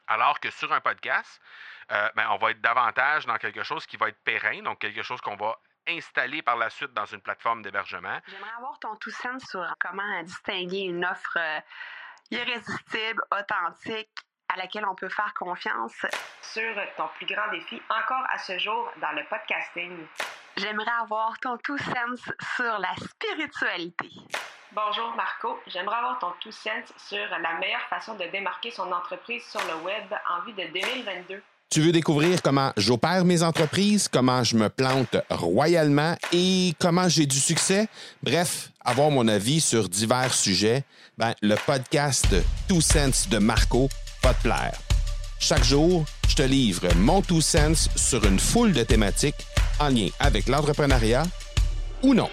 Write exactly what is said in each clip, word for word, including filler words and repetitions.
Alors que sur un podcast, euh, ben, on va être davantage dans quelque chose qui va être périn, donc quelque chose qu'on va installer par la suite dans une plateforme d'hébergement. J'aimerais avoir ton tout sens sur comment distinguer une offre euh, irrésistible, authentique, à laquelle on peut faire confiance. Sur ton plus grand défi encore à ce jour dans le podcasting. J'aimerais avoir ton tout sens sur la spiritualité. Bonjour Marco, j'aimerais avoir ton tout sens sur la meilleure façon de démarquer son entreprise sur le web en vue de deux mille vingt-deux. Tu veux découvrir comment j'opère mes entreprises, comment je me plante royalement et comment j'ai du succès? Bref, avoir mon avis sur divers sujets, ben, le podcast Two Cents de Marco va te plaire. Chaque jour, je te livre mon Two Cents sur une foule de thématiques en lien avec l'entrepreneuriat ou non.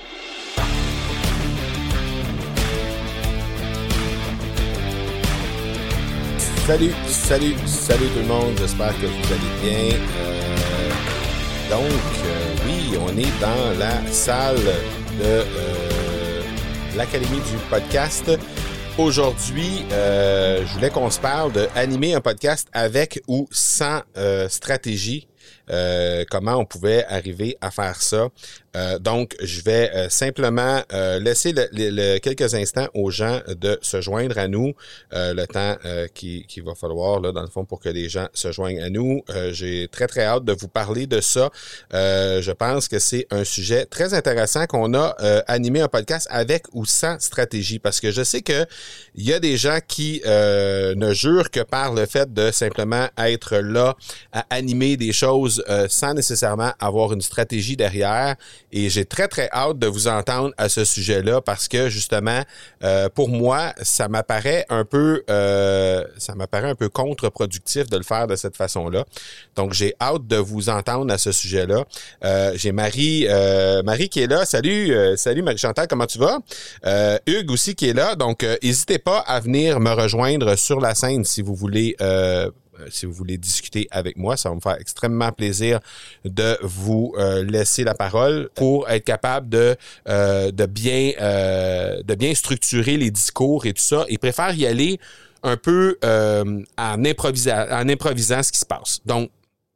Salut, salut, salut tout le monde. J'espère que vous allez bien. Euh, donc, euh, oui, on est dans la salle de euh, l'Académie du podcast. Aujourd'hui, euh, je voulais qu'on se parle d'animer un podcast avec ou sans euh, stratégie. Euh, comment on pouvait arriver à faire ça. Euh, donc, je vais euh, simplement euh, laisser le, le, le, quelques instants aux gens de se joindre à nous, euh, le temps euh, qu'il qui va falloir, là, dans le fond, pour que les gens se joignent à nous. Euh, j'ai très, très hâte de vous parler de ça. Euh, je pense que c'est un sujet très intéressant qu'on a euh, animé un podcast avec ou sans stratégie, parce que je sais que il y a des gens qui euh, ne jurent que par le fait de simplement être là à animer des choses euh, sans nécessairement avoir une stratégie derrière. Et j'ai très, très hâte de vous entendre à ce sujet-là parce que, justement, euh, pour moi, ça m'apparaît un peu euh, ça m'apparaît un peu contre-productif de le faire de cette façon-là. Donc, j'ai hâte de vous entendre à ce sujet-là. Euh, j'ai Marie euh, Marie qui est là. Salut, euh, salut Marie-Chantal, comment tu vas? Euh, Hugues aussi qui est là. Donc, euh, n'hésitez pas à venir me rejoindre sur la scène si vous voulez euh, si vous voulez discuter avec moi. Ça va me faire extrêmement plaisir de vous euh, laisser la parole pour être capable de euh, de bien euh, de bien structurer les discours et tout ça. Et préfère y aller un peu euh, en improvisant en improvisant ce qui se passe. Donc,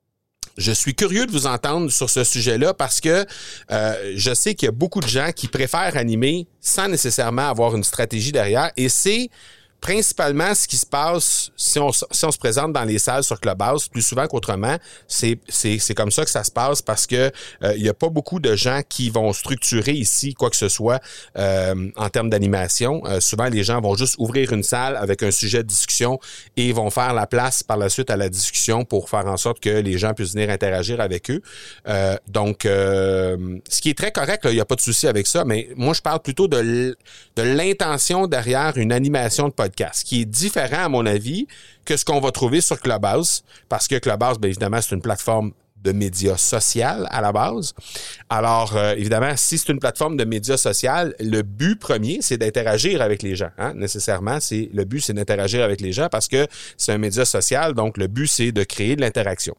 je suis curieux de vous entendre sur ce sujet-là parce que euh, je sais qu'il y a beaucoup de gens qui préfèrent animer sans nécessairement avoir une stratégie derrière. Et c'est principalement ce qui se passe si on, si on se présente dans les salles sur Clubhouse, plus souvent qu'autrement, c'est, c'est, c'est comme ça que ça se passe parce que euh, il y a pas beaucoup de gens qui vont structurer ici quoi que ce soit euh, en termes d'animation. Euh, souvent, les gens vont juste ouvrir une salle avec un sujet de discussion et vont faire la place par la suite à la discussion pour faire en sorte que les gens puissent venir interagir avec eux. Euh, donc, euh, ce qui est très correct, il n'y a pas de souci avec ça, mais moi, je parle plutôt de, l- de l'intention derrière une animation de podcast, qui est différent, à mon avis, que ce qu'on va trouver sur Clubhouse, parce que Clubhouse, bien évidemment, c'est une plateforme de médias social à la base. Alors, euh, évidemment, si c'est une plateforme de médias social, le but premier, c'est d'interagir avec les gens. Hein? Nécessairement, c'est le but, c'est d'interagir avec les gens parce que c'est un média social, donc le but, c'est de créer de l'interaction.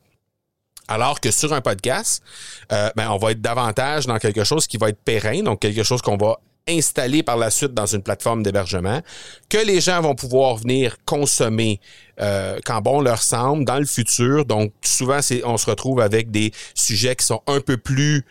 Alors que sur un podcast, euh, ben, on va être davantage dans quelque chose qui va être périn, donc quelque chose qu'on va installé par la suite dans une plateforme d'hébergement, que les gens vont pouvoir venir consommer euh, quand bon leur semble dans le futur. Donc, souvent, c'est, on se retrouve avec des sujets qui sont un peu plus,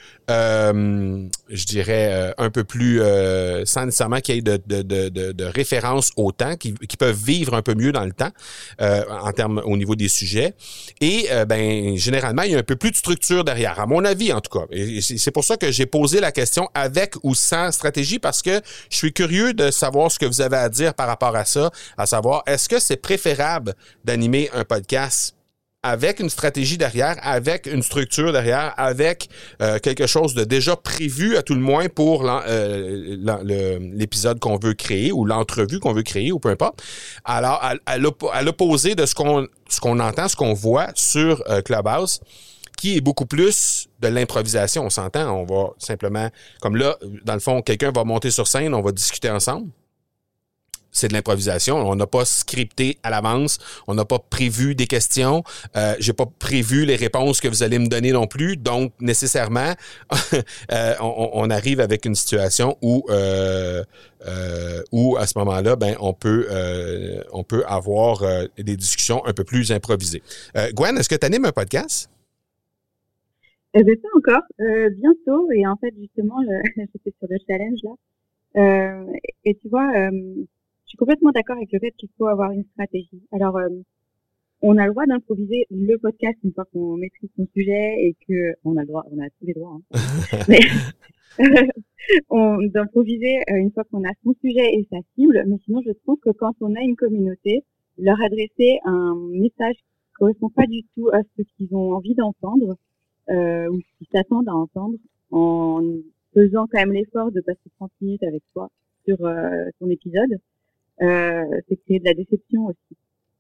euh, je dirais, euh, un peu plus, euh, sans nécessairement qu'il y ait de, de, de, de, de référence au temps, qui, qui peuvent vivre un peu mieux dans le temps, euh, en termes, au niveau des sujets. Et, euh, ben, généralement, il y a un peu plus de structure derrière, à mon avis, en tout cas. Et c'est pour ça que j'ai posé la question avec ou sans stratégie, parce que je suis curieux de savoir ce que vous avez à dire par rapport à ça, à savoir, est-ce que c'est préférable d'animer un podcast avec une stratégie derrière, avec une structure derrière, avec euh, quelque chose de déjà prévu à tout le moins pour l'en, euh, l'en, le, l'épisode qu'on veut créer ou l'entrevue qu'on veut créer ou peu importe. Alors, à, à, l'op- à l'opposé de ce qu'on, ce qu'on entend, ce qu'on voit sur euh, Clubhouse, qui est beaucoup plus de l'improvisation, on s'entend, on va simplement, comme là, dans le fond, quelqu'un va monter sur scène, on va discuter ensemble. c'est de l'improvisation. On n'a pas scripté à l'avance. On n'a pas prévu des questions. Euh, j'ai pas prévu les réponses que vous allez me donner non plus. Donc, nécessairement, euh, on, on arrive avec une situation où, euh, euh, où à ce moment-là, ben, on peut, euh, on peut avoir euh, des discussions un peu plus improvisées. Euh, Gwen, est-ce que tu animes un podcast? Eh bien, pas encore. Euh, bientôt. Et en fait, justement, je, j'étais sur le challenge là. Euh, et tu vois, euh, je suis complètement d'accord avec le fait qu'il faut avoir une stratégie. Alors, euh, on a le droit d'improviser le podcast une fois qu'on maîtrise son sujet et que on a le droit, on a tous les droits. Hein. Mais on d'improviser une fois qu'on a son sujet et sa cible. Mais sinon, je trouve que quand on a une communauté, leur adresser un message qui correspond pas du tout à ce qu'ils ont envie d'entendre euh, ou ce qu'ils s'attendent à entendre, en faisant quand même l'effort de passer trente minutes avec toi sur euh, ton épisode, euh, c'est créer de la déception aussi.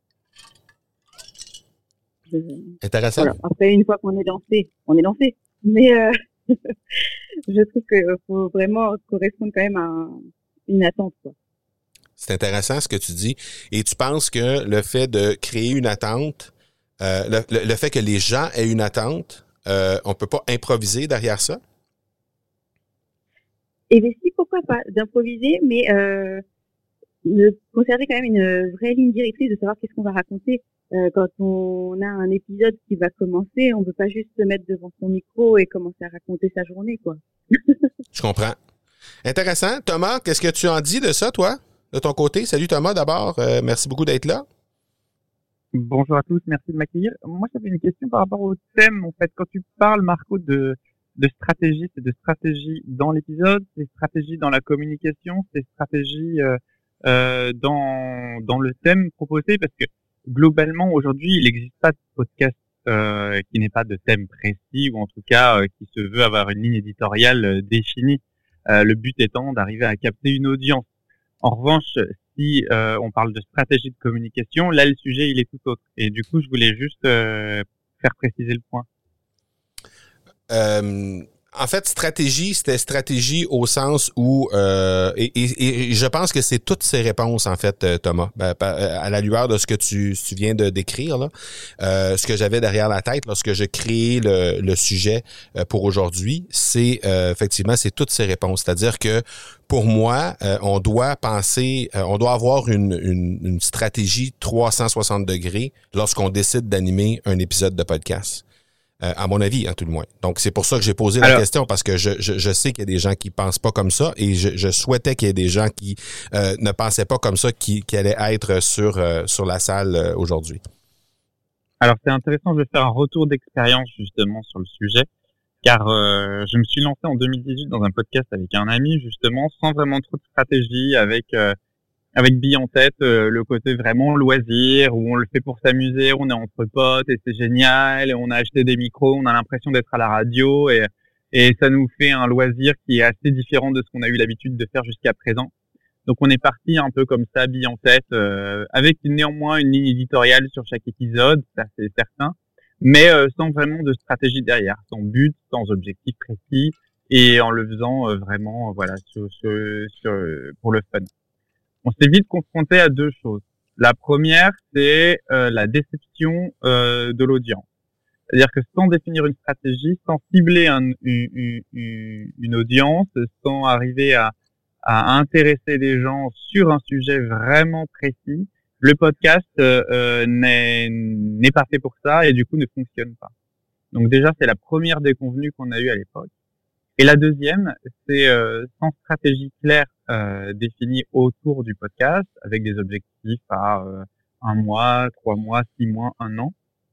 Je... Intéressant. Voilà. Après, une fois qu'on est lancé, on est lancé. Mais euh, je trouve qu'il faut vraiment correspondre quand même à une attente, quoi. C'est intéressant ce que tu dis. Et tu penses que le fait de créer une attente, euh, le, le, le fait que les gens aient une attente, euh, on peut pas improviser derrière ça? Et bien si, pourquoi pas, d'improviser, mais euh, de conserver quand même une vraie ligne directrice, de savoir qu'est-ce qu'on va raconter. Euh, quand on a un épisode qui va commencer, on ne peut pas juste se mettre devant son micro et commencer à raconter sa journée, quoi. Je comprends. Intéressant. Thomas, qu'est-ce que tu en dis de ça, toi, de ton côté? Salut Thomas, d'abord. Euh, merci beaucoup d'être là. Bonjour à tous, merci de m'accueillir. Moi, j'avais une question par rapport au thème. En fait, quand tu parles, Marco, de de stratégie, c'est de stratégie dans l'épisode, c'est stratégie dans la communication, c'est stratégie euh, euh, dans dans le thème proposé, parce que globalement aujourd'hui il n'existe pas de podcast euh, qui n'est pas de thème précis, ou en tout cas euh, qui se veut avoir une ligne éditoriale euh, définie. Euh, le but étant d'arriver à capter une audience. En revanche, si euh, on parle de stratégie de communication, là le sujet il est tout autre. Et du coup je voulais juste euh, faire préciser le point. Euh, en fait, stratégie, c'était stratégie au sens où, euh, et, et, et je pense que c'est toutes ces réponses, en fait, Thomas, ben, à la lueur de ce que tu, tu viens de décrire, là, euh, ce que j'avais derrière la tête lorsque je créais le, le sujet pour aujourd'hui, c'est euh, effectivement, c'est toutes ces réponses. C'est-à-dire que pour moi, euh, on doit penser, euh, on doit avoir une, une, une stratégie trois cent soixante degrés lorsqu'on décide d'animer un épisode de podcast. Euh, à mon avis, hein, tout le moins. Donc, c'est pour ça que j'ai posé Alors, la question, parce que je, je, je sais qu'il y a des gens qui pensent pas comme ça, et je, je souhaitais qu'il y ait des gens qui euh, ne pensaient pas comme ça, qui, qui allaient être sur, euh, sur la salle euh, aujourd'hui. Alors, c'est intéressant, je vais faire un retour d'expérience justement sur le sujet, car euh, je me suis lancé en deux mille dix-huit dans un podcast avec un ami, justement, sans vraiment trop de stratégie, avec... Euh, avec bille en tête, euh, le côté vraiment loisir, où on le fait pour s'amuser, on est entre potes et c'est génial, et on a acheté des micros, on a l'impression d'être à la radio, et, et ça nous fait un loisir qui est assez différent de ce qu'on a eu l'habitude de faire jusqu'à présent. Donc on est parti un peu comme ça, bille en tête, euh, avec néanmoins une ligne éditoriale sur chaque épisode, ça c'est certain, mais euh, sans vraiment de stratégie derrière, sans but, sans objectif précis, et en le faisant euh, vraiment, euh, voilà, sur, sur, sur, pour le fun. On s'est vite confronté à deux choses. La première, c'est euh, la déception euh, de l'audience. C'est-à-dire que sans définir une stratégie, sans cibler un, une, une, une audience, sans arriver à, à intéresser les gens sur un sujet vraiment précis, le podcast euh, n'est, n'est pas fait pour ça et du coup ne fonctionne pas. Donc déjà, c'est la première déconvenue qu'on a eue à l'époque. Et la deuxième, c'est euh, sans stratégie claire euh, définie autour du podcast, avec des objectifs à euh, un mois, trois mois, six mois, un an.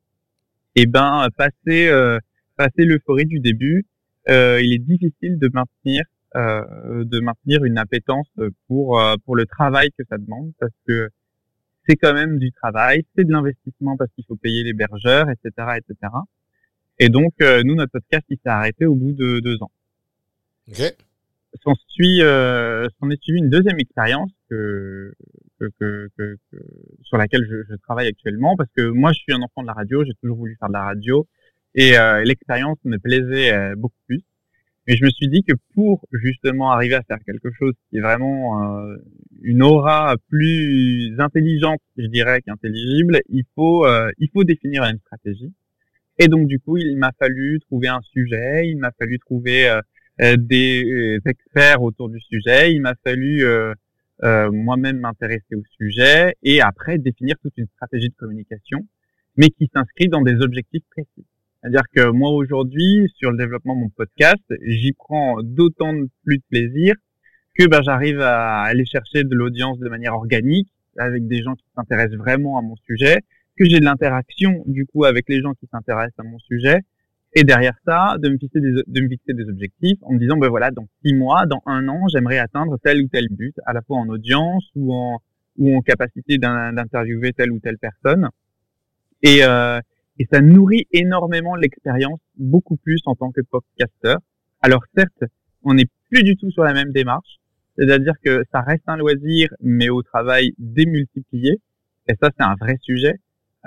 Et ben, passer euh, passer l'euphorie du début, euh, il est difficile de maintenir euh, de maintenir une appétence pour euh, pour le travail que ça demande, parce que c'est quand même du travail, c'est de l'investissement parce qu'il faut payer l'hébergeur, et cetera, et cetera. Et donc, euh, nous, notre podcast, il s'est arrêté au bout de deux ans. Okay. S'en suit, euh, s'en est suivi une deuxième expérience que, que, que, que, que sur laquelle je, je travaille actuellement, parce que moi, je suis un enfant de la radio, j'ai toujours voulu faire de la radio, et euh, l'expérience me plaisait euh, beaucoup plus. Mais je me suis dit que pour justement arriver à faire quelque chose qui est vraiment euh, une aura plus intelligente, je dirais, qu'intelligible, il faut euh, il faut définir une stratégie. Et donc du coup, il m'a fallu trouver un sujet, il m'a fallu trouver euh, euh, des experts autour du sujet, il m'a fallu euh, euh, moi-même m'intéresser au sujet et après définir toute une stratégie de communication, mais qui s'inscrit dans des objectifs précis. C'est-à-dire que moi aujourd'hui, sur le développement de mon podcast, j'y prends d'autant de plus de plaisir que ben, j'arrive à aller chercher de l'audience de manière organique, avec des gens qui s'intéressent vraiment à mon sujet, que j'ai de l'interaction du coup avec les gens qui s'intéressent à mon sujet, et derrière ça, de me fixer des, de me fixer des objectifs en me disant, ben voilà, dans six mois, dans un an, j'aimerais atteindre tel ou tel but, à la fois en audience ou en, ou en capacité d'interviewer telle ou telle personne. Et, euh, et ça nourrit énormément l'expérience, beaucoup plus en tant que podcasteur. Alors certes, on n'est plus du tout sur la même démarche, c'est-à-dire que ça reste un loisir, mais au travail démultiplié. Et ça, c'est un vrai sujet.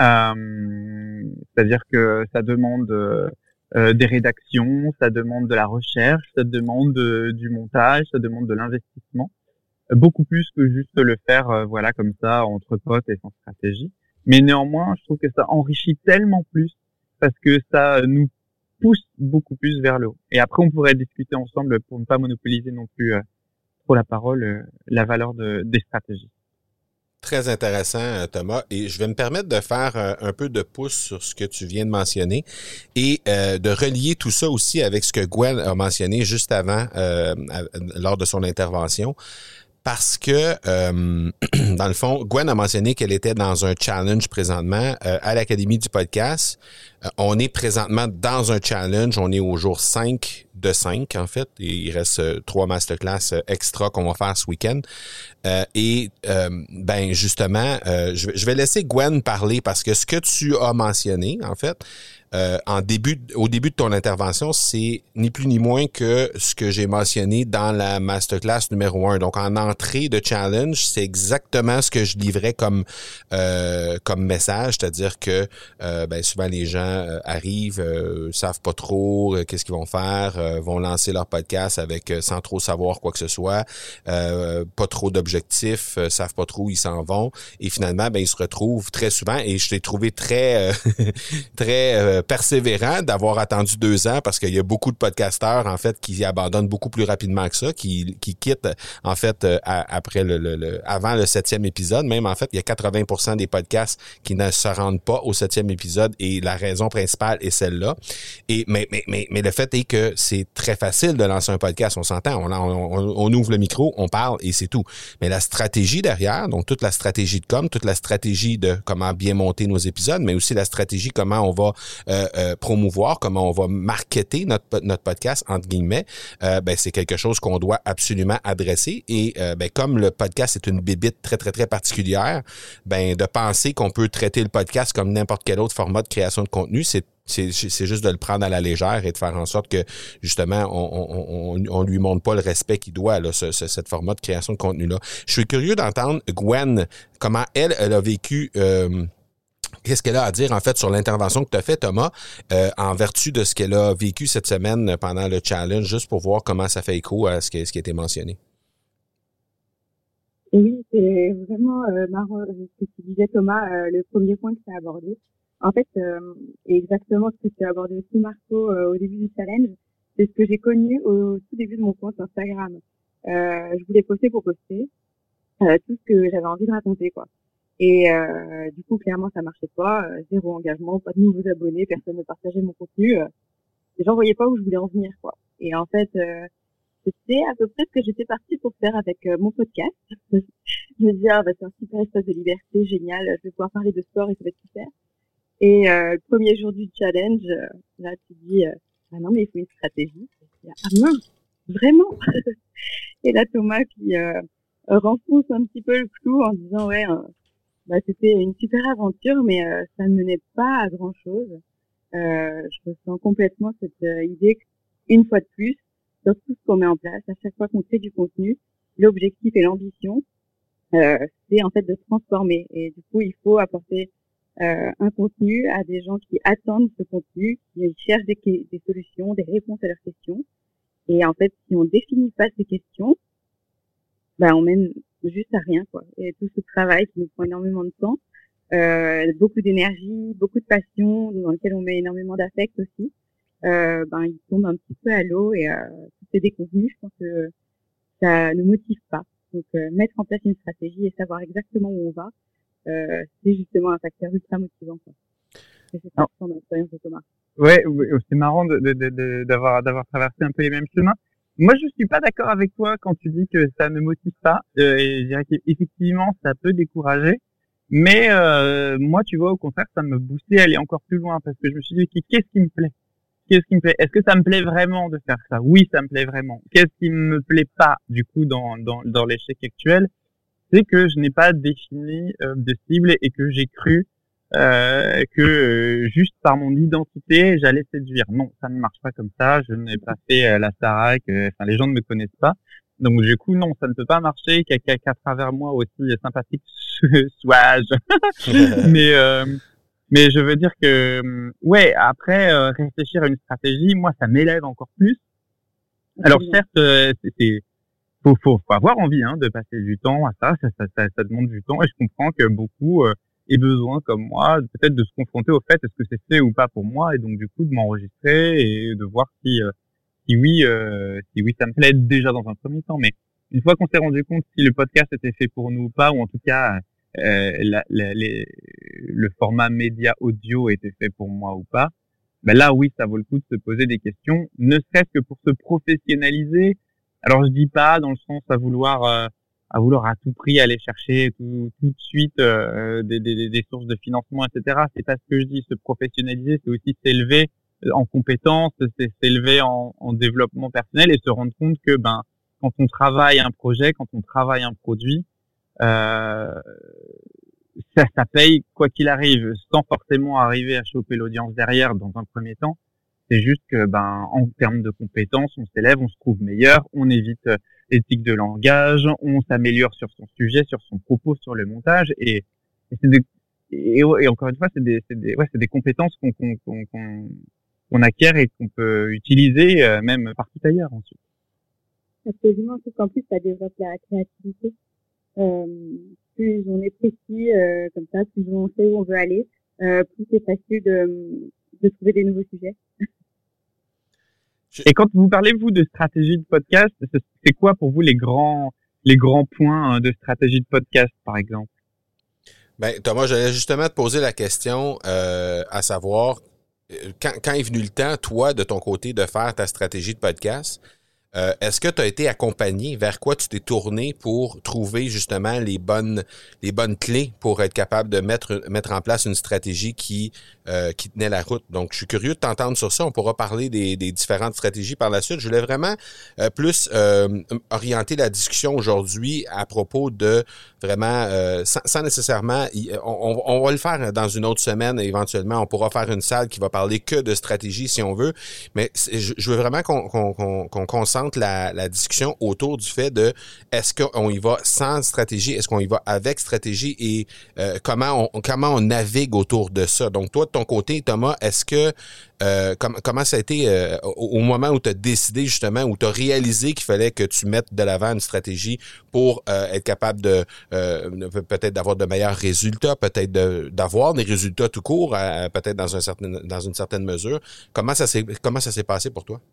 Euh, c'est-à-dire que ça demande euh, des rédactions, ça demande de la recherche, ça demande de, du montage, ça demande de l'investissement, beaucoup plus que juste le faire, euh, voilà, comme ça, entre potes et sans stratégie. Mais néanmoins, je trouve que ça enrichit tellement plus parce que ça nous pousse beaucoup plus vers le haut. Et après, on pourrait discuter ensemble pour ne pas monopoliser non plus euh, trop la parole, euh, la valeur de, des stratégies. Très intéressant, Thomas. Et je vais me permettre de faire euh, un peu de pouce sur ce que tu viens de mentionner et euh, de relier tout ça aussi avec ce que Gwen a mentionné juste avant, euh, lors de son intervention. Parce que, euh, dans le fond, Gwen a mentionné qu'elle était dans un challenge présentement euh, à l'Académie du podcast. Euh, on est présentement dans un challenge. On est au jour cinq de cinq, en fait. Et il reste euh, trois masterclass euh, extra qu'on va faire ce week-end. Euh, et, euh, ben justement, euh, je, je vais laisser Gwen parler parce que ce que tu as mentionné, en fait, Euh, en début, au début de ton intervention, c'est ni plus ni moins que ce que j'ai mentionné dans la masterclass numéro un. Donc, en entrée de challenge, c'est exactement ce que je livrais comme euh, comme message, c'est-à-dire que euh, ben, souvent les gens euh, arrivent, euh, savent pas trop euh, qu'est-ce qu'ils vont faire, euh, vont lancer leur podcast avec euh, sans trop savoir quoi que ce soit, euh, pas trop d'objectifs, euh, savent pas trop où ils s'en vont, et finalement, ben ils se retrouvent très souvent. Et je l'ai trouvé très euh, très euh, persévérant d'avoir attendu deux ans parce qu'il y a beaucoup de podcasteurs, en fait, qui abandonnent beaucoup plus rapidement que ça, qui, qui quittent, en fait, euh, après le, le, le, avant le septième épisode. Même, en fait, il y a quatre-vingts pour cent des podcasts qui ne se rendent pas au septième épisode et la raison principale est celle-là. Et, mais, mais, mais, mais le fait est que c'est très facile de lancer un podcast, on s'entend. On, on, on ouvre le micro, on parle et c'est tout. Mais la stratégie derrière, donc toute la stratégie de com, toute la stratégie de comment bien monter nos épisodes, mais aussi la stratégie comment on va Euh, euh, promouvoir, comment on va marketer notre notre podcast, entre guillemets, euh, ben c'est quelque chose qu'on doit absolument adresser. Et euh, ben comme le podcast est une bébite très, très, très particulière, ben de penser qu'on peut traiter le podcast comme n'importe quel autre format de création de contenu, c'est C'est, c'est juste de le prendre à la légère et de faire en sorte que, justement, on on, on, on lui montre pas le respect qu'il doit, là, ce, ce, cette format de création de contenu-là. Je suis curieux d'entendre Gwen, comment elle, elle a vécu... Euh, Qu'est-ce qu'elle a à dire, en fait, sur l'intervention que tu as fait, Thomas, euh, en vertu de ce qu'elle a vécu cette semaine pendant le challenge, juste pour voir comment ça fait écho à ce qui, ce qui a été mentionné? Oui, c'est vraiment euh, marrant ce que tu disais, Thomas, euh, le premier point que tu as abordé. En fait, euh, exactement ce que tu as abordé aussi, Marco, euh, au début du challenge, c'est ce que j'ai connu au tout début de mon compte Instagram. Euh, je voulais poster pour poster euh, tout ce que j'avais envie de raconter, quoi. Et euh, du coup, clairement, ça marchait pas. Euh, zéro engagement, pas de nouveaux abonnés, personne ne partageait mon contenu. Euh, les gens voyaient pas où je voulais en venir, quoi. Et en fait, euh, c'était à peu près ce que j'étais partie pour faire avec euh, mon podcast. Je me disais, ah, bah, c'est un super espace de liberté, génial, je vais pouvoir parler de sport et ça va être super. Et euh, le premier jour du challenge, euh, là, tu te dis, euh, ah non, mais il faut une stratégie. Et, ah mince, vraiment. Et là, Thomas qui euh, renfonce un petit peu le clou en disant, ouais, euh, bah, c'était une super aventure, mais euh, ça ne menait pas à grand-chose. Euh, je ressens complètement cette euh, idée qu'une fois de plus, dans tout ce qu'on met en place, à chaque fois qu'on crée du contenu, l'objectif et l'ambition, euh, c'est en fait de transformer. Et du coup, il faut apporter euh, un contenu à des gens qui attendent ce contenu, qui cherchent des, des solutions, des réponses à leurs questions. Et en fait, si on définit pas ces questions, bah on mène juste à rien, quoi. Et tout ce travail qui nous prend énormément de temps, euh, beaucoup d'énergie, beaucoup de passion, dans lequel on met énormément d'affect aussi, euh, ben il tombe un petit peu à l'eau et euh, tout est déconvenu. Je pense que ça ne motive pas. Donc euh, mettre en place une stratégie et savoir exactement où on va, euh, c'est justement un facteur ultra motivant, quoi. Et c'est ça mon expérience de Thomas. Ouais, c'est marrant de, de, de, de, d'avoir d'avoir traversé un peu les mêmes chemins. Moi, je suis pas d'accord avec toi quand tu dis que ça ne motive pas. Euh, et je dirais qu'effectivement, ça peut décourager. Mais euh, moi, tu vois, au contraire, ça me boostait à aller encore plus loin parce que je me suis dit, qu'est-ce qui me plaît? Qu'est-ce qui me plaît? Est-ce que ça me plaît vraiment de faire ça? Oui, ça me plaît vraiment. Qu'est-ce qui me plaît pas, du coup, dans dans, dans l'échec actuel? C'est que je n'ai pas défini euh, de cible et que j'ai cru euh, que euh, juste par mon identité, j'allais séduire. Non, ça ne marche pas comme ça. Je n'ai pas fait euh, la Starac. Euh, enfin, les gens ne me connaissent pas. Donc, du coup, non, ça ne peut pas marcher qu'à, qu'à, qu'à travers moi aussi sympathique sois-je. mais, euh, mais je veux dire que, ouais, après, euh, réfléchir à une stratégie, moi, ça m'élève encore plus. Alors, certes, euh, c'est, c'est faut, faut, faut avoir envie, hein, de passer du temps à ça. Ça, ça, ça, ça demande du temps et je comprends que beaucoup, euh, aient besoin, comme moi, peut-être de se confronter au fait, est-ce que c'est fait ou pas pour moi, et donc, du coup, de m'enregistrer et de voir si, euh, si oui, euh, si oui, ça me plaît déjà dans un premier temps. Mais une fois qu'on s'est rendu compte si le podcast était fait pour nous ou pas, ou en tout cas, euh, la, la, les, le format média audio était fait pour moi ou pas, ben là, oui, ça vaut le coup de se poser des questions, ne serait-ce que pour se professionnaliser. Alors, je dis pas dans le sens à vouloir, euh, à vouloir à tout prix aller chercher tout, tout de suite euh, des, des, des sources de financement, et cetera. C'est pas ce que je dis. Se professionnaliser, c'est aussi s'élever en compétences, c'est s'élever en, en développement personnel et se rendre compte que ben quand on travaille un projet, quand on travaille un produit, euh, ça, ça paye quoi qu'il arrive, sans forcément arriver à choper l'audience derrière dans un premier temps. C'est juste que ben en termes de compétences, on s'élève, on se trouve meilleur, on évite l'éthique de langage, on s'améliore sur son sujet, sur son propos, sur le montage et, et c'est des et, et encore une fois, c'est des c'est des ouais, c'est des compétences qu'on qu'on qu'on, qu'on qu'on acquiert et qu'on peut utiliser euh, même partout ailleurs ensuite. Absolument, sauf qu'en plus ça développe la créativité. Euh, plus on est précis euh, comme ça, plus on sait où on veut aller, euh, plus c'est facile de, de trouver des nouveaux sujets. Et quand vous parlez vous de stratégie de podcast, c'est quoi pour vous les grands les grands points de stratégie de podcast par exemple? Ben Thomas, j'allais justement te poser la question euh, à savoir quand, quand est venu le temps, toi, de ton côté, de faire ta stratégie de podcast. Euh, est-ce que tu as été accompagné? Vers quoi tu t'es tourné pour trouver justement les bonnes les bonnes clés pour être capable de mettre mettre en place une stratégie qui euh, qui tenait la route? Donc, je suis curieux de t'entendre sur ça. On pourra parler des, des différentes stratégies par la suite. Je voulais vraiment euh, plus euh, orienter la discussion aujourd'hui à propos de vraiment, euh, sans, sans nécessairement... On, on va le faire dans une autre semaine éventuellement. On pourra faire une salle qui va parler que de stratégie si on veut. Mais je, je veux vraiment qu'on, qu'on, qu'on, qu'on concentre La, la discussion autour du fait de est-ce qu'on y va sans stratégie, est-ce qu'on y va avec stratégie et euh, comment on comment on navigue autour de ça. Donc toi de ton côté, Thomas, est-ce que euh, com- comment ça a été euh, au, au moment où tu as décidé justement, où tu as réalisé qu'il fallait que tu mettes de l'avant une stratégie pour euh, être capable de euh, peut-être d'avoir de meilleurs résultats, peut-être de, d'avoir des résultats tout court, euh, peut-être dans un certain dans une certaine mesure. Comment ça s'est comment ça s'est passé pour toi?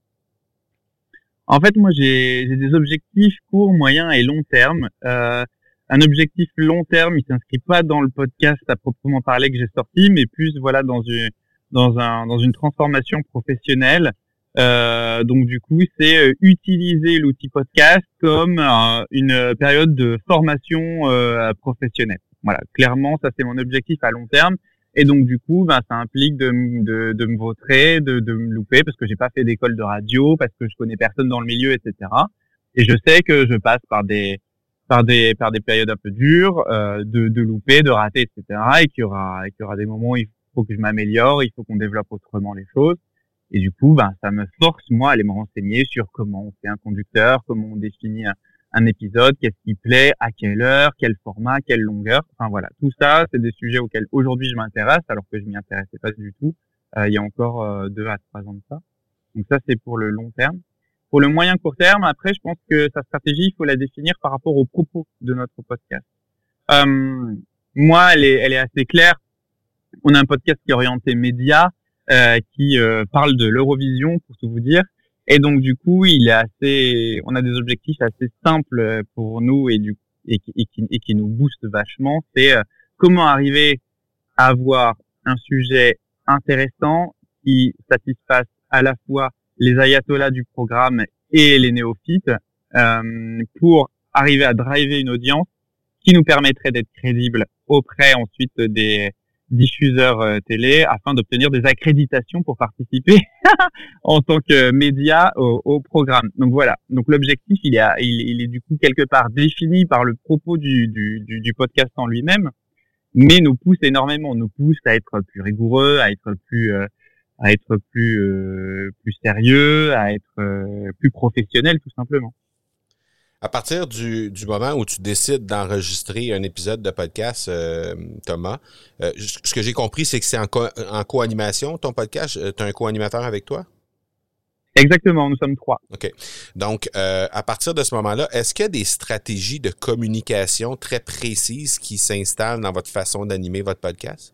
En fait, moi, j'ai, j'ai des objectifs court, moyen et long terme. Euh, un objectif long terme, il s'inscrit pas dans le podcast à proprement parler que j'ai sorti, mais plus voilà dans une dans un dans une transformation professionnelle. Euh, donc du coup, c'est utiliser l'outil podcast comme euh, une période de formation euh, professionnelle. Voilà, clairement, ça c'est mon objectif à long terme. Et donc du coup, ben ça implique de, de, de me vautrer, de, de me louper parce que j'ai pas fait d'école de radio, parce que je connais personne dans le milieu, et cetera. Et je sais que je passe par des par des par des périodes un peu dures, euh, de, de louper, de rater, et cetera. Et qu'il y aura et qu'il y aura des moments où il faut que je m'améliore, il faut qu'on développe autrement les choses. Et du coup, ben ça me force moi à aller me renseigner sur comment on fait un conducteur, comment on définit un un épisode, qu'est-ce qui plaît, à quelle heure, quel format, quelle longueur. Enfin voilà, tout ça, c'est des sujets auxquels aujourd'hui je m'intéresse, alors que je m'y intéressais pas du tout euh, il y a encore euh, deux à trois ans de ça. Donc ça, c'est pour le long terme. Pour le moyen court terme, après, je pense que sa stratégie, il faut la définir par rapport aux propos de notre podcast. Euh, moi, elle est, elle est assez claire. On a un podcast qui est orienté média, euh, qui euh, parle de l'Eurovision, pour tout vous dire. Et donc, du coup, il est assez, on a des objectifs assez simples pour nous et du et qui, et qui, et qui nous boostent vachement. C'est euh, comment arriver à avoir un sujet intéressant qui satisfasse à la fois les ayatollahs du programme et les néophytes euh, pour arriver à driver une audience qui nous permettrait d'être crédibles auprès ensuite des diffuseurs euh, télé afin d'obtenir des accréditations pour participer en tant que média au, au programme. Donc voilà. Donc l'objectif, il est, il, il est du coup quelque part défini par le propos du, du, du, du podcast en lui-même, mais nous pousse énormément, nous pousse à être plus rigoureux, à être plus euh, à être plus euh, plus sérieux, à être euh, plus professionnel tout simplement. À partir du, du moment où tu décides d'enregistrer un épisode de podcast, euh, Thomas, euh, ce que j'ai compris, c'est que c'est en, co- en co-animation, ton podcast. Tu as un co-animateur avec toi? Exactement, nous sommes trois. OK. Donc, euh, à partir de ce moment-là, est-ce qu'il y a des stratégies de communication très précises qui s'installent dans votre façon d'animer votre podcast?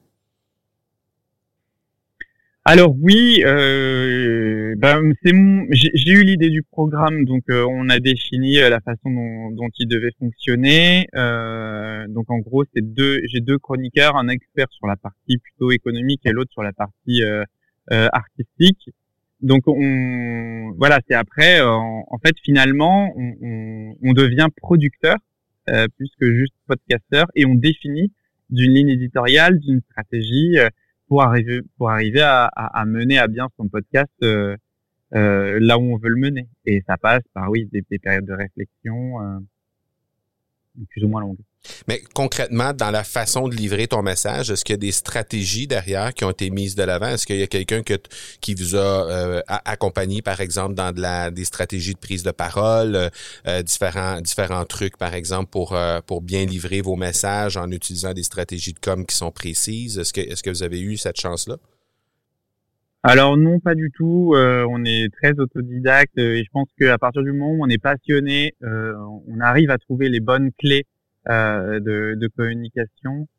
Alors oui, euh, ben c'est mon, j'ai, j'ai eu l'idée du programme, donc euh, on a défini euh, la façon dont, dont il devait fonctionner. Euh, donc en gros, c'est deux, j'ai deux chroniqueurs, un expert sur la partie plutôt économique et l'autre sur la partie euh, euh, artistique. Donc on, voilà, c'est après, euh, en, en fait finalement, on, on, on devient producteur euh, plus que juste podcasteur et on définit d'une ligne éditoriale, d'une stratégie. Euh, pour arriver pour arriver à, à, à mener à bien son podcast euh, euh, là où on veut le mener. Et ça passe par, oui, des, des périodes de réflexion euh, plus ou moins longues. Mais concrètement, dans la façon de livrer ton message, est-ce qu'il y a des stratégies derrière qui ont été mises de l'avant? Est-ce qu'il y a quelqu'un que t- qui vous a euh, accompagné, par exemple, dans de la des stratégies de prise de parole, euh, différents différents trucs, par exemple, pour euh, pour bien livrer vos messages en utilisant des stratégies de com qui sont précises? Est-ce que est-ce que vous avez eu cette chance-là? Alors non, pas du tout. Euh, on est très autodidacte et je pense qu'à partir du moment où on est passionné, euh, on arrive à trouver les bonnes clés Euh, de, de communication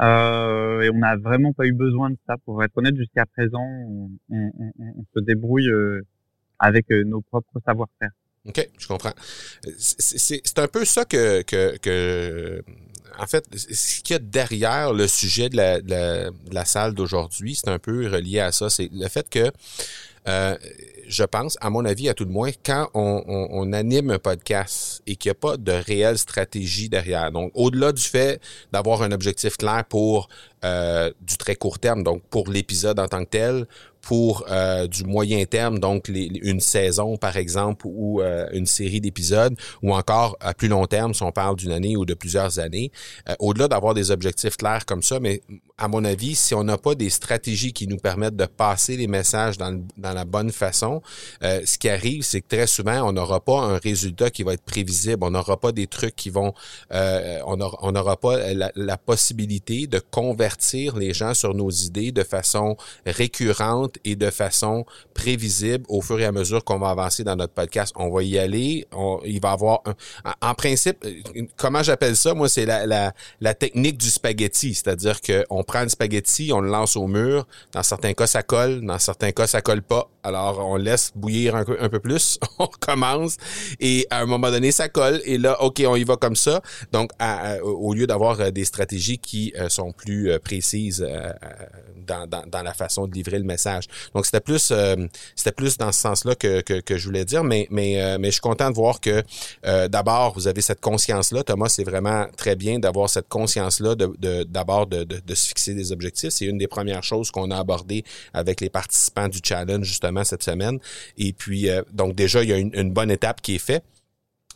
euh, et on n'a vraiment pas eu besoin de ça. Pour être honnête, jusqu'à présent, on, on, on, on se débrouille euh, avec euh, nos propres savoir-faire. OK, je comprends. C'est, c'est, c'est un peu ça que, que, que en fait, ce qu'il y a derrière le sujet de la, de la, de la salle d'aujourd'hui, c'est un peu relié à ça. C'est le fait que Euh, je pense, à mon avis, à tout le moins, quand on, on, on anime un podcast et qu'il n'y a pas de réelle stratégie derrière, donc au-delà du fait d'avoir un objectif clair pour euh, du très court terme, donc pour l'épisode en tant que tel, pour euh, du moyen terme, donc les, une saison par exemple ou euh, une série d'épisodes, ou encore à plus long terme si on parle d'une année ou de plusieurs années, euh, au-delà d'avoir des objectifs clairs comme ça, mais à mon avis, si on n'a pas des stratégies qui nous permettent de passer les messages dans, le, dans la bonne façon, euh, ce qui arrive, c'est que très souvent, on n'aura pas un résultat qui va être prévisible, on n'aura pas des trucs qui vont, euh, on n'aura pas la, la possibilité de convertir les gens sur nos idées de façon récurrente et de façon prévisible au fur et à mesure qu'on va avancer dans notre podcast. On va y aller, on, il va avoir un, en, en principe, comment j'appelle ça, moi, c'est la, la, la technique du spaghetti, c'est-à-dire qu'on prend le spaghetti, on le lance au mur, dans certains cas, ça colle, dans certains cas, ça colle pas, alors on laisse bouillir un peu, un peu plus, on recommence, et à un moment donné, ça colle, et là, OK, on y va comme ça, donc à, à, au lieu d'avoir des stratégies qui euh, sont plus euh, précises euh, dans, dans, dans la façon de livrer le message. Donc, c'était plus euh, c'était plus dans ce sens-là que, que, que je voulais dire, mais, mais, euh, mais je suis content de voir que euh, d'abord, vous avez cette conscience-là. Thomas, c'est vraiment très bien d'avoir cette conscience-là, de, de, d'abord de, de, de se fixer des objectifs. C'est une des premières choses qu'on a abordées avec les participants du challenge, justement, cette semaine. Et puis, euh, donc déjà, il y a une, une bonne étape qui est faite.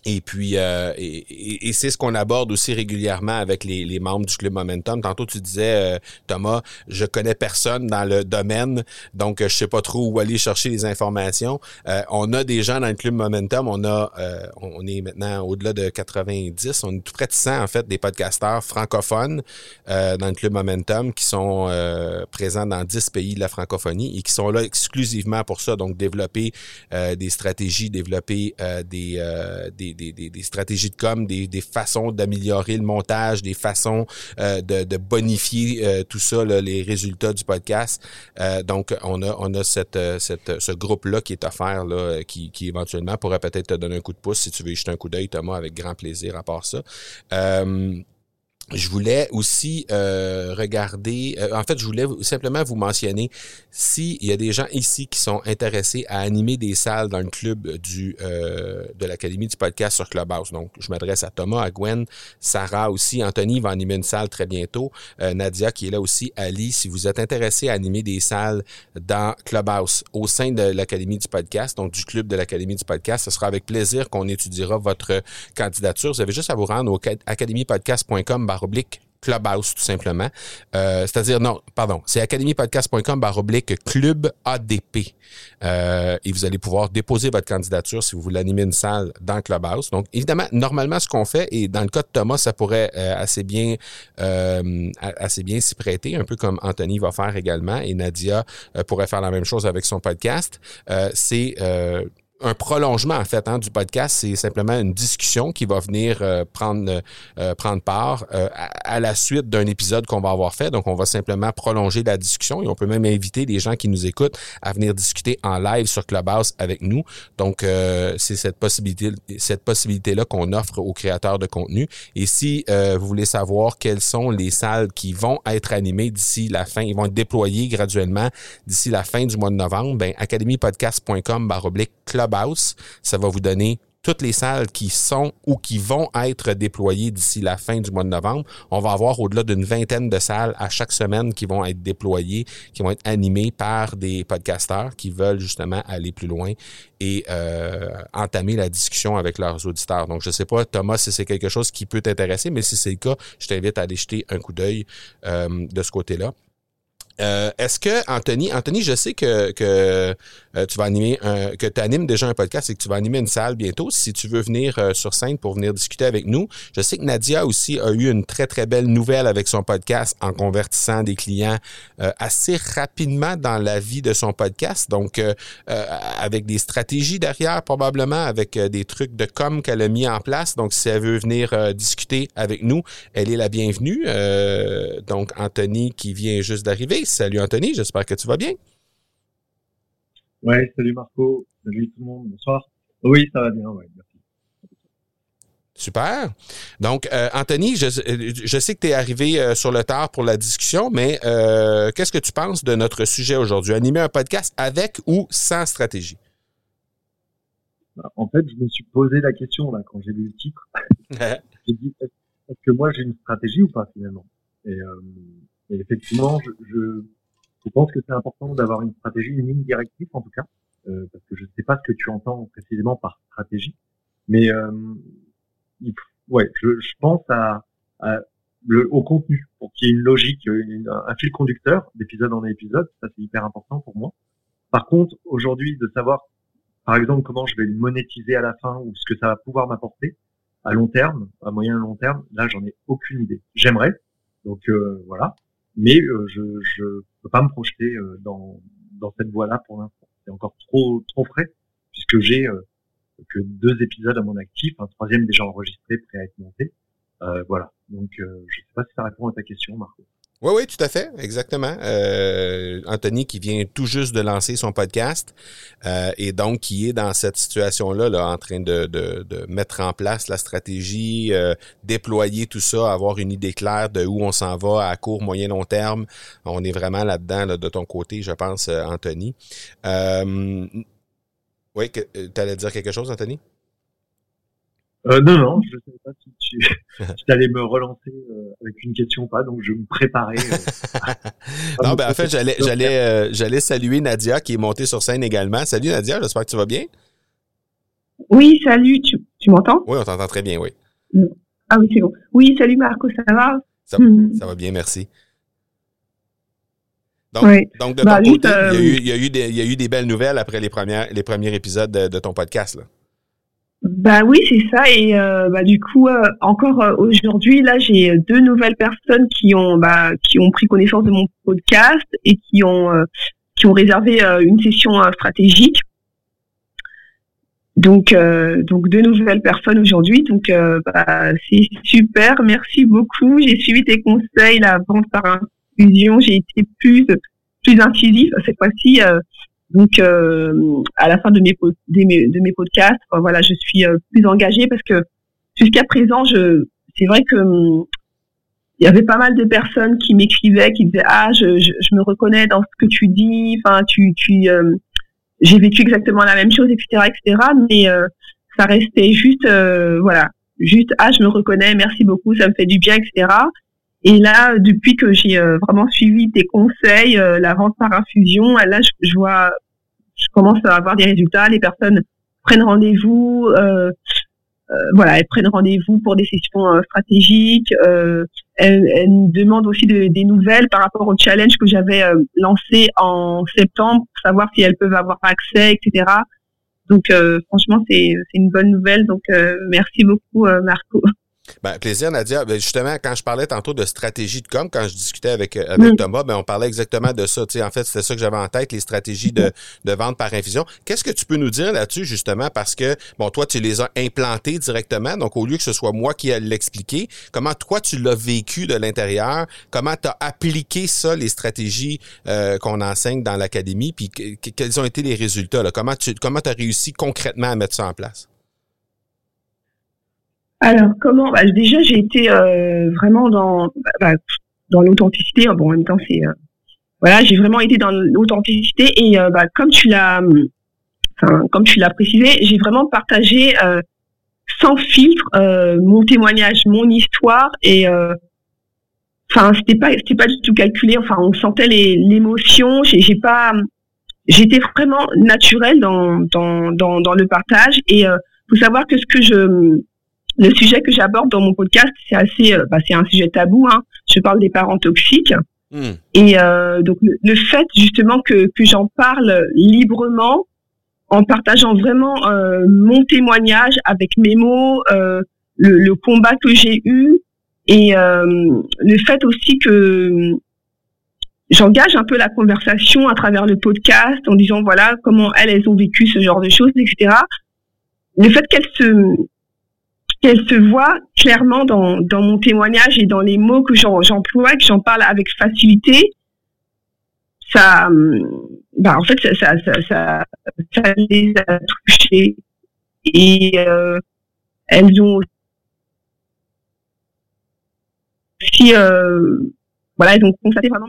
Et puis, euh, et, et, et c'est ce qu'on aborde aussi régulièrement avec les, les membres du Club Momentum. Tantôt, tu disais, euh, Thomas, je connais personne dans le domaine, donc je sais pas trop où aller chercher les informations. Euh, on a des gens dans le Club Momentum, on a, euh, on est maintenant au-delà de quatre-vingt-dix, on est tout près de cent, en fait, des podcasteurs francophones euh, dans le Club Momentum qui sont euh, présents dans dix pays de la francophonie et qui sont là exclusivement pour ça, donc développer euh, des stratégies, développer euh, des, euh, des Des, des, des stratégies de com, des, des façons d'améliorer le montage, des façons euh, de, de bonifier euh, tout ça, là, les résultats du podcast. Euh, donc, on a, on a cette, cette, ce groupe-là qui est offert, là, qui, qui éventuellement pourrait peut-être te donner un coup de pouce si tu veux y jeter un coup d'œil, Thomas, avec grand plaisir à part ça. Euh, Je voulais aussi euh, regarder, euh, en fait, je voulais simplement vous mentionner s'il y a des gens ici qui sont intéressés à animer des salles dans le club du euh, de l'Académie du podcast sur Clubhouse. Donc, je m'adresse à Thomas, à Gwen, Sarah aussi, Anthony va animer une salle très bientôt, euh, Nadia qui est là aussi, Ali, si vous êtes intéressés à animer des salles dans Clubhouse au sein de l'Académie du podcast, donc du club de l'Académie du podcast, ce sera avec plaisir qu'on étudiera votre candidature. Vous avez juste à vous rendre au academy podcast point com barre oblique Clubhouse, tout simplement. Euh, c'est-à-dire, non, pardon, c'est academy podcast point com barre oblique Club A D P. Euh, et vous allez pouvoir déposer votre candidature si vous voulez animer une salle dans Clubhouse. Donc, évidemment, normalement, ce qu'on fait, et dans le cas de Thomas, ça pourrait euh, assez bien euh, assez bien s'y prêter, un peu comme Anthony va faire également, et Nadia euh, pourrait faire la même chose avec son podcast. Euh, c'est... Euh, un prolongement, en fait, hein, du podcast. C'est simplement une discussion qui va venir euh, prendre euh, prendre part euh, à, à la suite d'un épisode qu'on va avoir fait. Donc, on va simplement prolonger la discussion et on peut même inviter les gens qui nous écoutent à venir discuter en live sur Clubhouse avec nous. Donc, euh, c'est cette possibilité, cette possibilité-là qu'on offre aux créateurs de contenu. Et si euh, vous voulez savoir quelles sont les salles qui vont être animées d'ici la fin, ils vont être déployées graduellement d'ici la fin du mois de novembre, ben academy podcast point com barre oblique Clubhouse. Ça va vous donner toutes les salles qui sont ou qui vont être déployées d'ici la fin du mois de novembre. On va avoir au-delà d'une vingtaine de salles à chaque semaine qui vont être déployées, qui vont être animées par des podcasteurs qui veulent justement aller plus loin et euh, entamer la discussion avec leurs auditeurs. Donc, je ne sais pas, Thomas, si c'est quelque chose qui peut t'intéresser, mais si c'est le cas, je t'invite à aller jeter un coup d'œil euh, de ce côté-là. Euh, est-ce que, Anthony, Anthony, je sais que, que euh, tu vas animer un, que tu animes déjà un podcast et que tu vas animer une salle bientôt. Si tu veux venir euh, sur scène pour venir discuter avec nous, je sais que Nadia aussi a eu une très, très belle nouvelle avec son podcast en convertissant des clients euh, assez rapidement dans la vie de son podcast. Donc, euh, euh, avec des stratégies derrière, probablement, avec euh, des trucs de com qu'elle a mis en place. Donc, si elle veut venir euh, discuter avec nous, elle est la bienvenue. Euh, donc, Anthony qui vient juste d'arriver. Salut Anthony, j'espère que tu vas bien. Ouais, salut Marco, salut tout le monde, bonsoir. Oui, ça va bien, ouais, merci. Super. Donc, euh, Anthony, je, je sais que tu es arrivé euh, sur le tard pour la discussion, mais euh, qu'est-ce que tu penses de notre sujet aujourd'hui? Animer un podcast avec ou sans stratégie? En fait, je me suis posé la question là quand j'ai lu le titre. J'ai dit, est-ce que moi j'ai une stratégie ou pas finalement? Et euh, Et effectivement, je, je, je pense que c'est important d'avoir une stratégie, une ligne directrice en tout cas, euh, parce que je ne sais pas ce que tu entends précisément par stratégie, mais euh, il, ouais, je, je pense à, à le, au contenu pour qu'il y ait une logique, une, un fil conducteur d'épisode en épisode. Ça c'est hyper important pour moi. Par contre, aujourd'hui, de savoir, par exemple, comment je vais le monétiser à la fin ou ce que ça va pouvoir m'apporter à long terme, à moyen et long terme, là j'en ai aucune idée. J'aimerais, donc euh, voilà. Mais euh, je je peux pas me projeter euh, dans dans cette voie-là pour l'instant. C'est encore trop trop frais puisque j'ai euh, que deux épisodes à mon actif, un troisième déjà enregistré, prêt à être monté. Euh, voilà. Donc euh, je sais pas si ça répond à ta question, Marco. Oui, oui, tout à fait, exactement. Euh, Anthony qui vient tout juste de lancer son podcast euh, et donc qui est dans cette situation-là, là, en train de, de, de mettre en place la stratégie, euh, déployer tout ça, avoir une idée claire de où on s'en va à court, moyen, long terme. On est vraiment là-dedans là, de ton côté, je pense, Anthony. Euh, oui, tu allais dire quelque chose, Anthony? Euh, non, non, je ne savais pas si tu, si tu allais me relancer euh, avec une question ou pas, donc je me préparais. Euh, non, ben en fait, j'allais, j'allais, euh, j'allais saluer Nadia qui est montée sur scène également. Salut Nadia, j'espère que tu vas bien. Oui, salut. Tu, Tu m'entends? Oui, on t'entend très bien, oui. Ah oui, c'est bon. Oui, salut Marco, ça va? Ça, mmh. ça va bien, merci. Donc, oui. donc de bah, ton juste, côté, euh, il, y a eu, il, y a eu des, il y a eu des belles nouvelles après les, premières, les premiers épisodes de, de ton podcast, là. Bah oui, c'est ça. Et euh, bah du coup, euh, encore euh, aujourd'hui, là, j'ai deux nouvelles personnes qui ont bah qui ont pris connaissance de mon podcast et qui ont euh, qui ont réservé euh, une session euh, stratégique. Donc euh, donc deux nouvelles personnes aujourd'hui. Donc euh, bah, c'est super. Merci beaucoup. J'ai suivi tes conseils, la vente par infusion. J'ai été plus plus incisif cette fois-ci. Euh, Donc, euh, à la fin de mes, de mes, de mes podcasts, enfin, voilà, je suis euh, plus engagée parce que jusqu'à présent, je, c'est vrai que hum, il y avait pas mal de personnes qui m'écrivaient, qui disaient ah, je, je, je me reconnais dans ce que tu dis, enfin, tu, tu, euh, j'ai vécu exactement la même chose, et cetera, et cetera. Mais euh, ça restait juste, euh, voilà, juste ah, je me reconnais, merci beaucoup, ça me fait du bien, et cetera. Et là, depuis que j'ai euh, vraiment suivi tes conseils, euh, la vente par infusion, là, je, je vois, je commence à avoir des résultats. Les personnes prennent rendez-vous, euh, euh, voilà, elles prennent rendez-vous pour des sessions euh, stratégiques. Euh, elles, elles me demandent aussi de, des nouvelles par rapport au challenge que j'avais euh, lancé en septembre pour savoir si elles peuvent avoir accès, et cetera. Donc, euh, franchement, c'est, c'est une bonne nouvelle. Donc, euh, merci beaucoup, euh, Marco. Ben, plaisir, Nadia. Ben, justement, quand je parlais tantôt de stratégie de com, quand je discutais avec, avec mmh. Thomas, ben, on parlait exactement de ça. Tu sais, en fait, c'était ça que j'avais en tête, les stratégies de, de vente par infusion. Qu'est-ce que tu peux nous dire là-dessus, justement, parce que, bon, toi, tu les as implantées directement, donc au lieu que ce soit moi qui ai l'expliquer, comment toi, tu l'as vécu de l'intérieur, comment tu as appliqué ça, les stratégies euh, qu'on enseigne dans l'académie, puis que, que, quels ont été les résultats, là? Comment tu comment as réussi concrètement à mettre ça en place? Alors comment bah, déjà j'ai été euh, vraiment dans bah, dans l'authenticité. Bon, en même temps c'est euh, voilà, j'ai vraiment été dans l'authenticité et euh, bah, comme tu l'as enfin, comme tu l'as précisé, j'ai vraiment partagé euh, sans filtre euh, mon témoignage, mon histoire et enfin euh, c'était pas c'était pas du tout calculé. Enfin on sentait les l'émotion. J'ai, j'ai pas j'étais vraiment naturelle dans dans dans dans le partage et euh, faut savoir que ce que je Le sujet que j'aborde dans mon podcast, c'est assez, euh, bah, c'est un sujet tabou. Hein. Je parle des parents toxiques. Mmh. Et euh, donc le, le fait justement que que j'en parle librement, en partageant vraiment euh, mon témoignage avec mes mots, euh, le, le combat que j'ai eu, et euh, le fait aussi que j'engage un peu la conversation à travers le podcast en disant voilà comment elles, elles ont vécu ce genre de choses, et cetera. Le fait qu'elles se qu'elle se voit clairement dans, dans mon témoignage et dans les mots que j'en, j'emploie, que j'en parle avec facilité, ça, bah en fait, ça, ça, ça, ça, ça les a touchées et euh, elles ont aussi, euh, voilà, elles ont constaté vraiment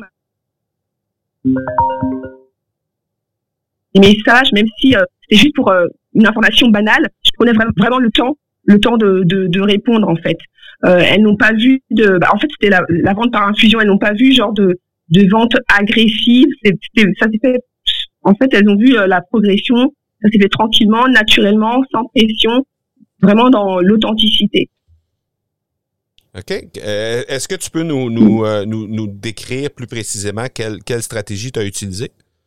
les messages, même si euh, c'était juste pour euh, une information banale, je prenais vraiment, vraiment le temps. le temps de, de, de répondre en fait. Euh, elles n'ont pas vu de, bah, en fait c'était la, la vente par infusion. Elles n'ont pas vu genre de, de vente agressive. C'était, ça s'est fait. En fait, elles ont vu euh, la progression. Ça s'est fait tranquillement, naturellement, sans pression, vraiment dans l'authenticité. OK. Euh, est-ce que tu peux nous nous, euh, nous nous décrire plus précisément quelle quelle stratégie tu as utilisée?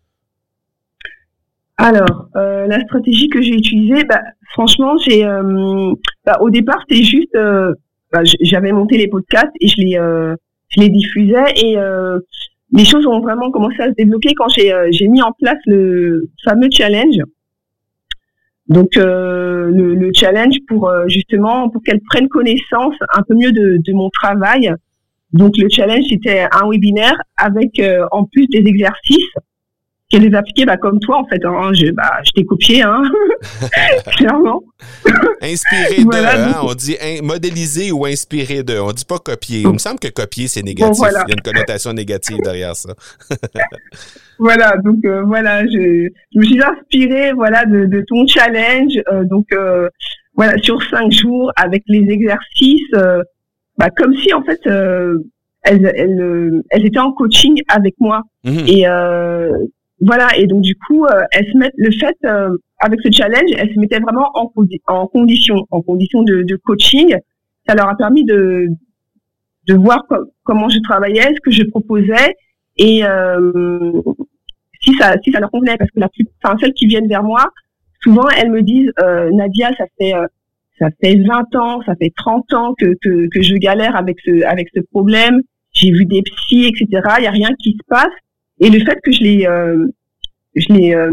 Alors, euh, la stratégie que j'ai utilisée, bah, franchement, j'ai, euh, bah, au départ, c'était juste, euh, bah, j'avais monté les podcasts et je les, euh, je les diffusais et euh, les choses ont vraiment commencé à se débloquer quand j'ai, euh, j'ai mis en place le fameux challenge. Donc, euh, le, le challenge pour euh, justement pour qu'elles prennent connaissance un peu mieux de, de mon travail. Donc, le challenge c'était un webinaire avec euh, en plus des exercices. Qu'elle les appliquer bah, comme toi, en fait. Hein. Je, bah, je t'ai copié, hein. Clairement. Inspiré voilà, de, hein. On dit in, modéliser ou inspiré de. On dit pas copier. Il me semble que copier, c'est négatif. Bon, voilà. Il y a une connotation négative derrière ça. Voilà, donc euh, voilà, je, je me suis inspirée voilà, de, de ton challenge. Euh, donc, euh, voilà, sur cinq jours, avec les exercices, euh, bah, comme si, en fait, euh, elles, elles, elles étaient en coaching avec moi. Mmh. Et... Euh, voilà, et donc du coup, euh, elle se met, le fait, euh, avec ce challenge, elle se mettait vraiment en, en condition, en condition de, de coaching. Ça leur a permis de, de voir co- comment je travaillais, ce que je proposais, et euh, si ça, si ça leur convenait, parce que la plus, enfin celles qui viennent vers moi, souvent elles me disent, euh, Nadia, ça fait, euh, ça fait vingt ans, ça fait trente ans que que, que je galère avec ce, avec ce problème. J'ai vu des psys, et cetera. Il y a rien qui se passe, et le fait que je les, euh, je les euh,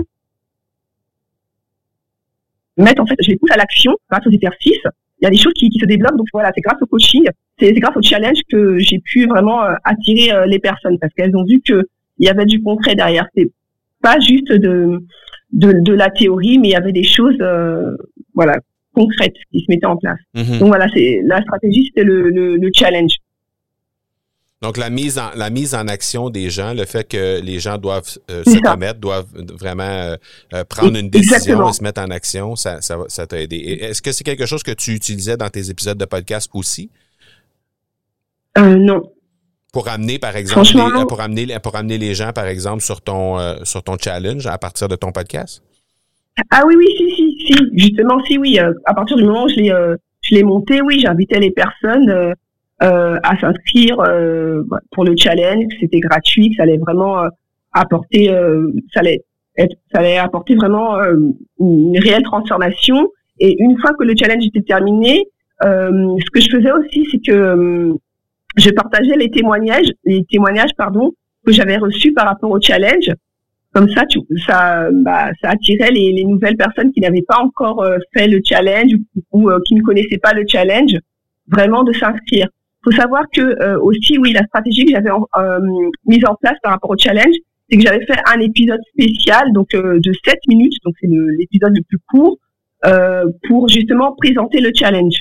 mette en fait, je les pousse à l'action grâce aux exercices. Il y a des choses qui, qui se développent, donc voilà, c'est grâce au coaching, c'est, c'est grâce au challenge que j'ai pu vraiment euh, attirer euh, les personnes, parce qu'elles ont vu que il y avait du concret derrière. C'est pas juste de de, de la théorie, mais il y avait des choses, euh, voilà, concrètes qui se mettaient en place. Mm-hmm. Donc voilà, c'est la stratégie, c'était le, le, le challenge. Donc, la mise en la mise en action des gens, le fait que les gens doivent euh, se commettre, doivent vraiment euh, euh, prendre une décision Exactement. Et se mettre en action, ça, ça, ça t'a aidé. Et est-ce que c'est quelque chose que tu utilisais dans tes épisodes de podcast aussi? Euh, non. Pour amener, par exemple, les, pour amener, pour amener les gens, par exemple, sur ton, euh, sur ton challenge à partir de ton podcast? Ah oui, oui, si, si, si. Justement, si, oui. Euh, à partir du moment où je l'ai, euh, je l'ai monté, oui, j'invitais les personnes euh, euh, à s'inscrire euh, pour le challenge. C'était gratuit, que ça allait vraiment euh, apporter, euh, ça allait être, ça allait apporter vraiment euh, une réelle transformation. Et une fois que le challenge était terminé, euh, ce que je faisais aussi, c'est que euh, je partageais les témoignages, les témoignages, pardon, que j'avais reçus par rapport au challenge. Comme ça, tu, ça, bah, ça attirait les, les nouvelles personnes qui n'avaient pas encore euh, fait le challenge ou, ou euh, qui ne connaissaient pas le challenge, vraiment de s'inscrire. Faut savoir que euh, aussi, oui, la stratégie que j'avais euh, mise en place par rapport au challenge, c'est que j'avais fait un épisode spécial, donc euh, de sept minutes, donc c'est le, l'épisode le plus court, euh, pour justement présenter le challenge.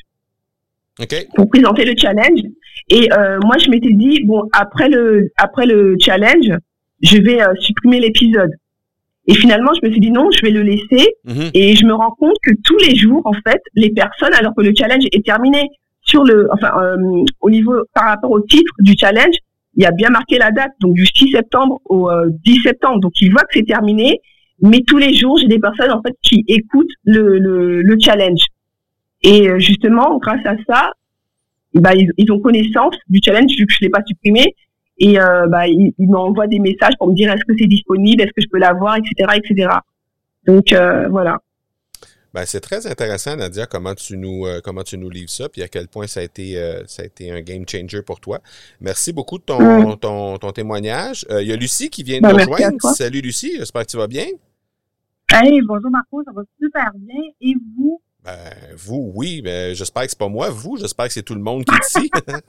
Okay. Pour présenter le challenge. Et euh, moi, je m'étais dit, bon, après le après le challenge, je vais euh, supprimer l'épisode. Et finalement, je me suis dit non, je vais le laisser. Mm-hmm. Et je me rends compte que tous les jours, en fait, les personnes, alors que le challenge est terminé, sur le, enfin, euh, au niveau par rapport au titre du challenge, il y a bien marqué la date, donc du six septembre au euh, dix septembre. Donc ils voient que c'est terminé. Mais tous les jours, j'ai des personnes en fait qui écoutent le le, le challenge. Et justement, grâce à ça, bah, ils, ils ont connaissance du challenge vu que je l'ai pas supprimé. Et euh, bah, ils, ils m'envoient des messages pour me dire est-ce que c'est disponible, est-ce que je peux l'avoir, et cetera, et cetera. Donc euh, voilà. Ben, c'est très intéressant, Nadia, comment tu nous euh, comment tu nous livres ça, puis à quel point ça a été euh, ça a été un game changer pour toi. Merci beaucoup de ton mmh. ton, ton témoignage. Il euh, y a Lucie qui vient de ben, nous rejoindre. Salut Lucie, j'espère que tu vas bien. Hey, bonjour Marco, ça va super bien. Et vous? Ben, vous, oui, mais j'espère que c'est pas moi, vous, j'espère que c'est tout le monde qui est ici.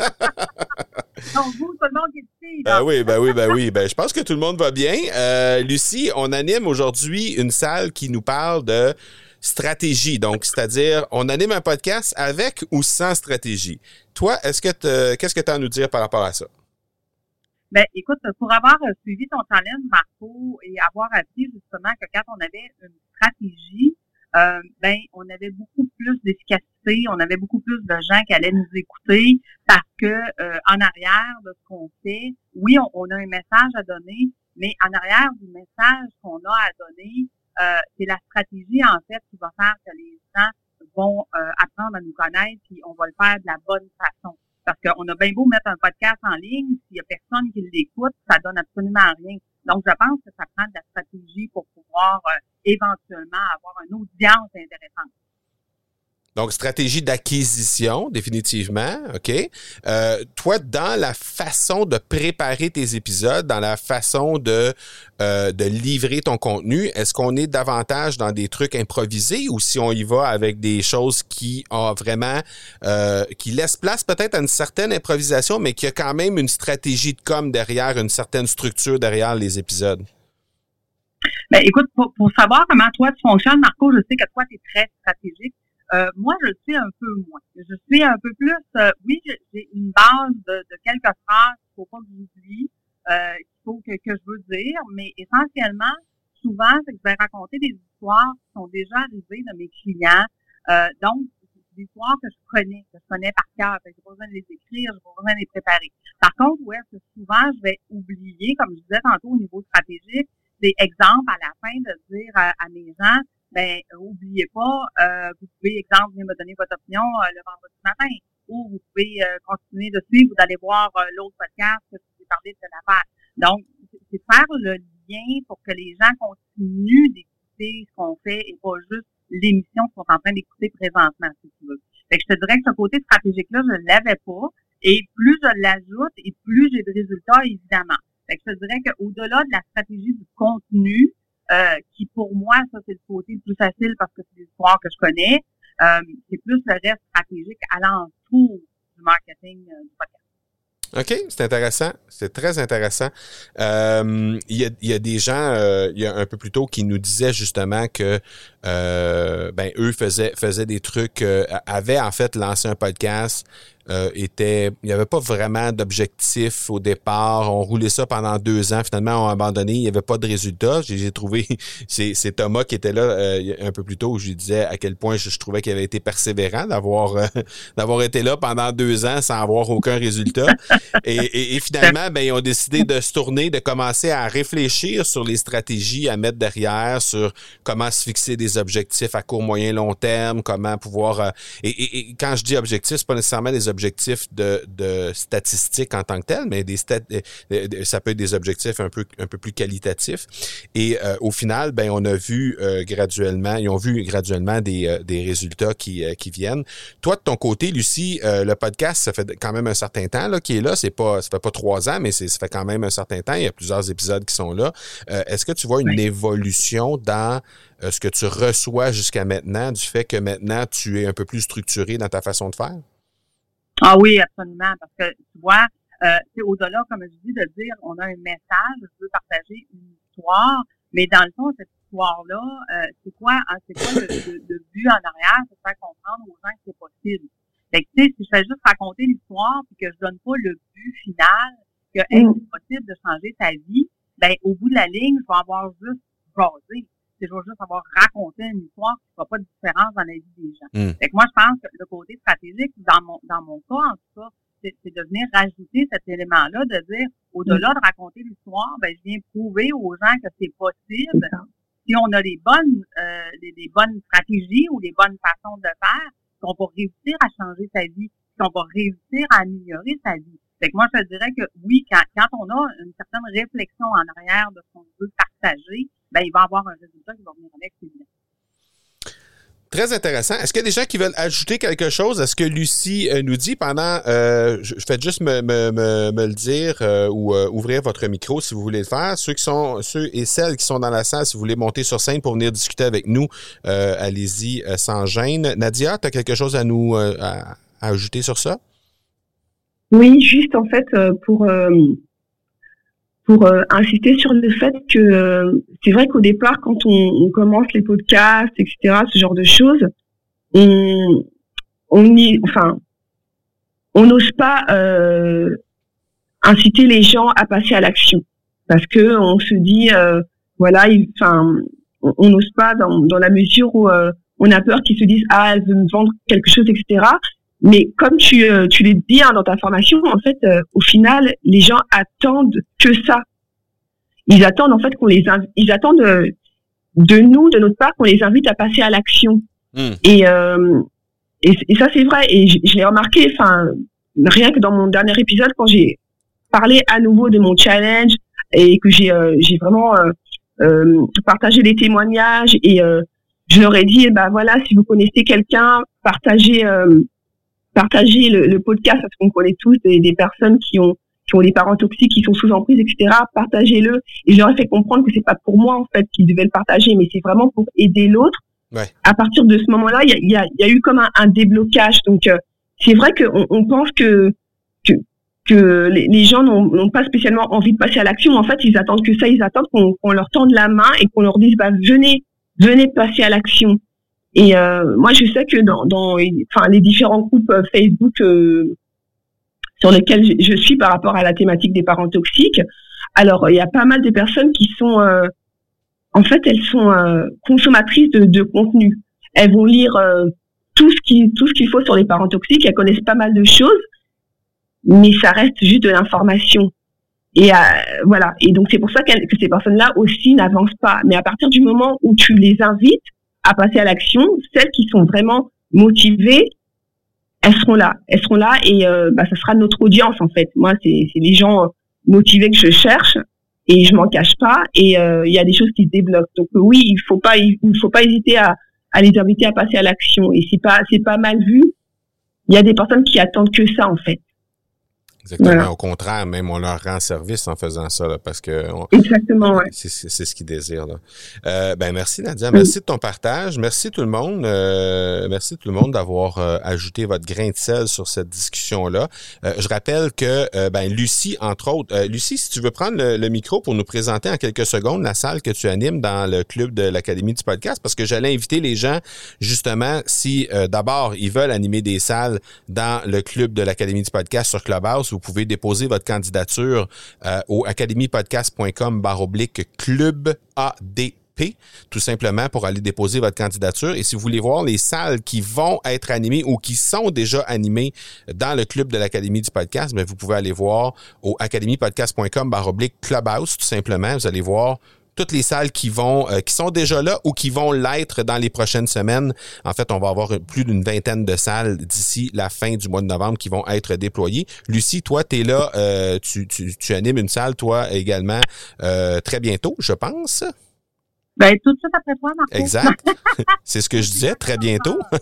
Non, vous, tout le monde qui est ici. Ben oui, ben oui, ben oui. Ben, je pense que tout le monde va bien. Euh, Lucie, on anime aujourd'hui une salle qui nous parle de stratégie. Donc, c'est-à-dire, on anime un podcast avec ou sans stratégie. Toi, est-ce que te, qu'est-ce que tu as à nous dire par rapport à ça? Ben, écoute, pour avoir suivi ton challenge, Marco, et avoir appris justement que quand on avait une stratégie, Euh, ben, on avait beaucoup plus d'efficacité, on avait beaucoup plus de gens qui allaient nous écouter parce que euh, en arrière de ce qu'on fait, oui, on, on a un message à donner, mais en arrière du message qu'on a à donner, euh, c'est la stratégie en fait qui va faire que les gens vont euh, apprendre à nous connaître, puis on va le faire de la bonne façon. Parce qu'on a bien beau mettre un podcast en ligne, s'il y a personne qui l'écoute, ça donne absolument rien. Donc, je pense que ça prend de la stratégie pour pouvoir euh, éventuellement avoir une audience intéressante. Donc, stratégie d'acquisition, définitivement, OK. Euh, toi, dans la façon de préparer tes épisodes, dans la façon de euh, de livrer ton contenu, est-ce qu'on est davantage dans des trucs improvisés ou si on y va avec des choses qui ont vraiment, euh, qui laissent place peut-être à une certaine improvisation, mais qui a quand même une stratégie de com derrière, une certaine structure derrière les épisodes? Ben, écoute, pour, pour savoir comment toi tu fonctionnes, Marco, je sais que toi, tu es très stratégique. Euh, moi, je le suis un peu moins. Je suis un peu plus, euh, oui, j'ai une base de, de quelques phrases qu'il faut pas que j'oublie, euh, qu'il faut que, que je veux dire, mais essentiellement, souvent, c'est que je vais raconter des histoires qui sont déjà arrivées de mes clients. Euh, donc, des histoires que je connais, que je connais par cœur. J'ai pas besoin de les écrire, j'ai pas besoin de les préparer. Par contre, où est-ce que souvent, je vais oublier, comme je disais tantôt au niveau stratégique, c'est exemple à la fin de dire à, à mes gens, ben oubliez pas, euh, vous pouvez, exemple, venir me donner votre opinion euh, le vendredi matin, ou vous pouvez euh, continuer de suivre ou d'aller voir euh, l'autre podcast que je vous ai parlé de cette affaire. Donc, c'est faire le lien pour que les gens continuent d'écouter ce qu'on fait et pas juste l'émission qu'ils sont en train d'écouter présentement, si tu veux. Fait que je te dirais que ce côté stratégique-là, je ne l'avais pas. Et plus je l'ajoute, et plus j'ai de résultats, évidemment. Fait que je te dirais qu'au-delà de la stratégie du contenu, euh, qui pour moi, ça, c'est le côté le plus facile parce que c'est l'histoire que je connais, euh, c'est plus le reste stratégique alentour du marketing euh, du podcast. OK, c'est intéressant. C'est très intéressant. Euh, il y a, il y a des gens, euh, il y a un peu plus tôt, qui nous disaient justement que euh, ben eux faisaient faisaient des trucs, euh, avaient en fait lancé un podcast. Euh, était, il n'y avait pas vraiment d'objectif au départ. On roulait ça pendant deux ans. Finalement, on a abandonné. Il n'y avait pas de résultat. J'ai, j'ai trouvé, c'est, c'est Thomas qui était là euh, un peu plus tôt où je lui disais à quel point je, je trouvais qu'il avait été persévérant d'avoir euh, d'avoir été là pendant deux ans sans avoir aucun résultat. Et, et, et finalement, ben ils ont décidé de se tourner, de commencer à réfléchir sur les stratégies à mettre derrière, sur comment se fixer des objectifs à court, moyen, long terme, comment pouvoir. Euh, et, et, et quand je dis objectifs, c'est pas nécessairement des objectifs de, de statistiques en tant que tel, mais des stat, ça peut être des objectifs un peu un peu plus qualitatifs. Et euh, au final, ben on a vu euh, graduellement, ils ont vu graduellement des, euh, des résultats qui euh, qui viennent. Toi de ton côté, Lucie, euh, le podcast, ça fait quand même un certain temps là qui est là. C'est pas, ça fait pas trois ans, mais c'est, ça fait quand même un certain temps. Il y a plusieurs épisodes qui sont là. Euh, est-ce que tu vois une oui. évolution dans euh, ce que tu reçois jusqu'à maintenant, du fait que maintenant tu es un peu plus structuré dans ta façon de faire? Ah oui, absolument, parce que tu vois, euh, c'est au-delà, comme je dis, de dire on a un message, je veux partager une histoire, mais dans le fond, cette histoire-là, euh, c'est quoi, hein, c'est quoi le, le, le but en arrière, c'est de faire comprendre aux gens que c'est possible. Fait que, tu sais, si je fais juste raconter l'histoire puis que je donne pas le but final, que hey, c'est possible de changer sa vie, ben au bout de la ligne, je vais avoir juste jasé. Je vais juste avoir raconté une histoire qui ne fera pas de différence dans la vie des gens. Mm. Fait que moi, je pense que le côté stratégique, dans mon dans mon cas, en tout cas, c'est, c'est de venir rajouter cet élément-là, de dire, au-delà mm. de raconter l'histoire, ben je viens prouver aux gens que c'est possible. Si on a les bonnes euh, les, les bonnes stratégies ou les bonnes façons de faire, qu'on va réussir à changer sa vie, qu'on va réussir à améliorer sa vie. Fait que moi, je te dirais que oui, quand, quand on a une certaine réflexion en arrière de ce qu'on veut partager, ben, il va y avoir un résultat qui va venir avec, c'est bien. Très intéressant. Est-ce qu'il y a des gens qui veulent ajouter quelque chose à ce que Lucie euh, nous dit pendant... Euh, je, je fais juste me, me, me, me le dire euh, ou euh, ouvrir votre micro si vous voulez le faire. Ceux qui sont ceux et celles qui sont dans la salle, si vous voulez monter sur scène pour venir discuter avec nous, euh, allez-y euh, sans gêne. Nadia, tu as quelque chose à nous euh, à, à ajouter sur ça? Oui, juste en fait euh, pour... Euh... pour euh, insister sur le fait que euh, c'est vrai qu'au départ, quand on, on commence les podcasts, et cetera, ce genre de choses, on, on y, enfin, on n'ose pas euh, inciter les gens à passer à l'action, parce que on se dit, euh, voilà, enfin, on n'ose pas dans, dans la mesure où euh, on a peur qu'ils se disent, ah, elle veut me vendre quelque chose, et cetera. Mais comme tu, euh, tu l'as dit hein, dans ta formation, en fait, euh, au final, les gens attendent que ça. Ils attendent en fait qu'on les inv- ils attendent euh, de nous, de notre part, qu'on les invite à passer à l'action. Mmh. Et, euh, et et ça c'est vrai. Et je, je l'ai remarqué. Enfin, rien que dans mon dernier épisode, quand j'ai parlé à nouveau de mon challenge et que j'ai euh, j'ai vraiment euh, euh, partagé des témoignages et euh, je leur ai dit, bah voilà, si vous connaissez quelqu'un, partagez. Euh, Partagez le, le podcast parce qu'on connaît tous des, des personnes qui ont qui ont des parents toxiques, qui sont sous emprise, et cetera. Partagez-le. Et je leur ai fait comprendre que c'est pas pour moi en fait qu'ils devaient le partager, mais c'est vraiment pour aider l'autre. Ouais. À partir de ce moment-là, il y a, y a, y a eu comme un, un déblocage. Donc euh, c'est vrai qu'on on pense que que que les, les gens n'ont, n'ont pas spécialement envie de passer à l'action. En fait, ils attendent que ça. Ils attendent qu'on, qu'on leur tende la main et qu'on leur dise bah venez venez passer à l'action. Et euh, moi, je sais que dans, dans enfin, les différents groupes euh, Facebook euh, sur lesquels je, je suis par rapport à la thématique des parents toxiques, alors il y a pas mal de personnes qui sont, euh, en fait, elles sont euh, consommatrices de, de contenu. Elles vont lire euh, tout ce qui, tout ce qu'il faut sur les parents toxiques. Elles connaissent pas mal de choses, mais ça reste juste de l'information. Et euh, voilà. Et donc c'est pour ça que ces personnes-là aussi n'avancent pas. Mais à partir du moment où tu les invites à passer à l'action, celles qui sont vraiment motivées, elles seront là. Elles seront là et euh, bah, ça sera notre audience en fait. Moi, c'est, c'est les gens motivés que je cherche et je m'en cache pas. Et il euh, y a des choses qui se débloquent. Donc oui, il faut pas, il faut pas hésiter à, à les inviter à passer à l'action. Et c'est pas, c'est pas mal vu. Il y a des personnes qui attendent que ça en fait. Exactement. Voilà. Au contraire, même on leur rend service en faisant ça, là, parce que on, exactement, ouais. c'est, c'est, c'est ce qu'ils désirent. Là. Euh, ben merci Nadia, merci oui. de ton partage, merci tout le monde, euh, merci tout le monde d'avoir euh, ajouté votre grain de sel sur cette discussion-là. Euh, je rappelle que euh, ben Lucie, entre autres, euh, Lucie, si tu veux prendre le, le micro pour nous présenter en quelques secondes la salle que tu animes dans le club de l'Académie du podcast, parce que j'allais inviter les gens justement si euh, d'abord ils veulent animer des salles dans le club de l'Académie du podcast sur Clubhouse. Vous pouvez déposer votre candidature euh, au academypodcast.com barre oblique club A D P, tout simplement pour aller déposer votre candidature. Et si vous voulez voir les salles qui vont être animées ou qui sont déjà animées dans le club de l'Académie du podcast, bien, vous pouvez aller voir au academypodcast.com barre oblique clubhouse, tout simplement. Vous allez voir toutes les salles qui vont, euh, qui sont déjà là ou qui vont l'être dans les prochaines semaines. En fait, on va avoir plus d'une vingtaine de salles d'ici la fin du mois de novembre qui vont être déployées. Lucie, toi, tu es là, euh, tu, tu, tu animes une salle, toi également, euh, très bientôt, je pense. Ben, tout de suite après toi, Marco. Exact. C'est ce que je disais, très bientôt. Oui,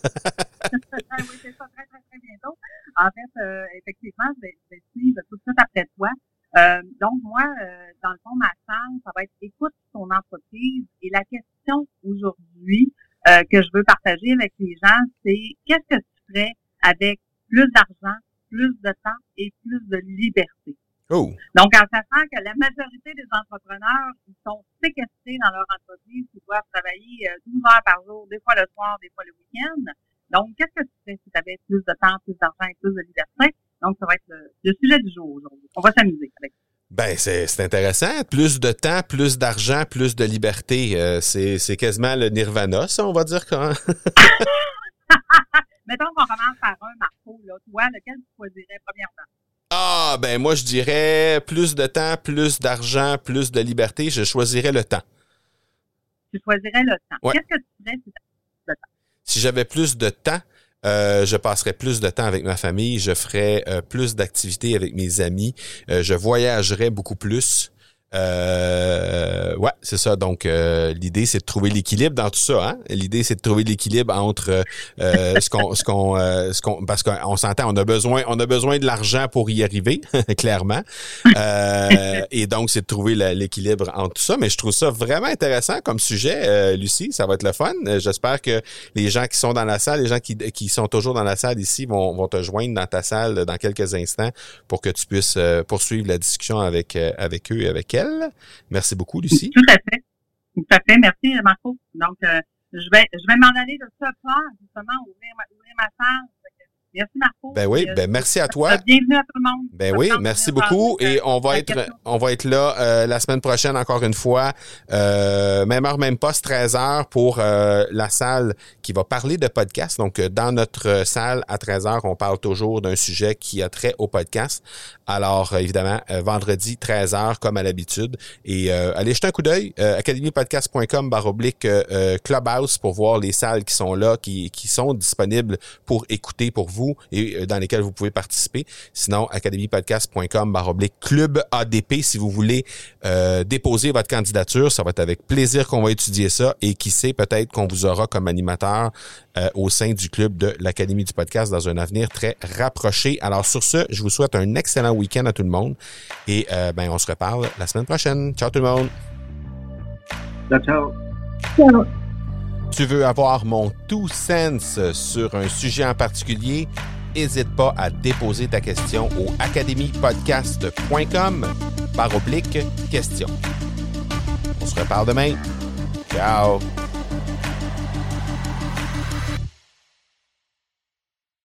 c'est ça, très, très, très bientôt. En fait, euh, effectivement, je vais, je vais suivre tout de suite après toi. Euh, donc, moi, euh, dans le fond, ma salle, ça va être écoute ton entreprise. Et la question aujourd'hui euh, que je veux partager avec les gens, c'est qu'est-ce que tu ferais avec plus d'argent, plus de temps et plus de liberté? Oh. Donc, en sachant que la majorité des entrepreneurs, ils sont séquestrés dans leur entreprise, ils doivent travailler douze heures par jour, des fois le soir, des fois le week-end. Donc, qu'est-ce que tu ferais si tu avais plus de temps, plus d'argent et plus de liberté? Donc, ça va être le, le sujet du jour aujourd'hui. On va s'amuser avec ça. Ben, c'est, c'est intéressant. Plus de temps, plus d'argent, plus de liberté. Euh, c'est, c'est quasiment le nirvana, ça, on va dire. Quand... Mettons qu'on commence par un, Marco. Là. Toi, lequel tu choisirais premièrement? Ah, ben moi, je dirais plus de temps, plus d'argent, plus de liberté. Je choisirais le temps. Tu choisirais le temps. Ouais. Qu'est-ce que tu ferais si tu avais plus de temps? Si j'avais plus de temps, Euh, je passerais plus de temps avec ma famille, je ferais euh, plus d'activités avec mes amis, euh, je voyagerais beaucoup plus. Euh, ouais, c'est ça. Donc, euh, l'idée, c'est de trouver l'équilibre dans tout ça. Hein? L'idée, c'est de trouver l'équilibre entre euh, ce qu'on, ce qu'on, euh, ce qu'on, parce qu'on s'entend, on a besoin, on a besoin de l'argent pour y arriver, clairement. Euh, et donc, c'est de trouver la, l'équilibre entre tout ça. Mais je trouve ça vraiment intéressant comme sujet, euh, Lucie. Ça va être le fun. J'espère que les gens qui sont dans la salle, les gens qui, qui sont toujours dans la salle ici, vont, vont te joindre dans ta salle dans quelques instants pour que tu puisses euh, poursuivre la discussion avec, euh, avec eux et avec elles. Merci beaucoup, Lucie. Tout à fait. Tout à fait. Merci, Marco. Donc, euh, je vais, je vais m'en aller de ce soir, justement, ouvrir ma, ouvrir ma salle. Merci, Marco. Ben oui, ben merci à toi. Bienvenue à tout le monde. Ben oui, merci beaucoup. Et on va être, on va être là euh, la semaine prochaine, encore une fois, euh, même heure, même poste, treize heures pour euh, la salle qui va parler de podcast. Donc, dans notre salle, à treize heures, on parle toujours d'un sujet qui a trait au podcast. Alors, évidemment, euh, vendredi, treize heures, comme à l'habitude. Et euh, allez jeter un coup d'œil, euh, academypodcast.com barre oblique euh, Clubhouse pour voir les salles qui sont là, qui, qui sont disponibles pour écouter pour vous et dans lesquelles vous pouvez participer. Sinon, academypodcast.com barre oblique Club A D P si vous voulez euh, déposer votre candidature. Ça va être avec plaisir qu'on va étudier ça et qui sait, peut-être qu'on vous aura comme animateur euh, au sein du club de l'Académie du podcast dans un avenir très rapproché. Alors sur ce, je vous souhaite un excellent week-end à tout le monde et euh, ben on se reparle la semaine prochaine. Ciao tout le monde! Ciao! Ciao! Tu veux avoir mon two cents sur un sujet en particulier? N'hésite pas à déposer ta question au academypodcast.com barre oblique question. On se reparle demain. Ciao!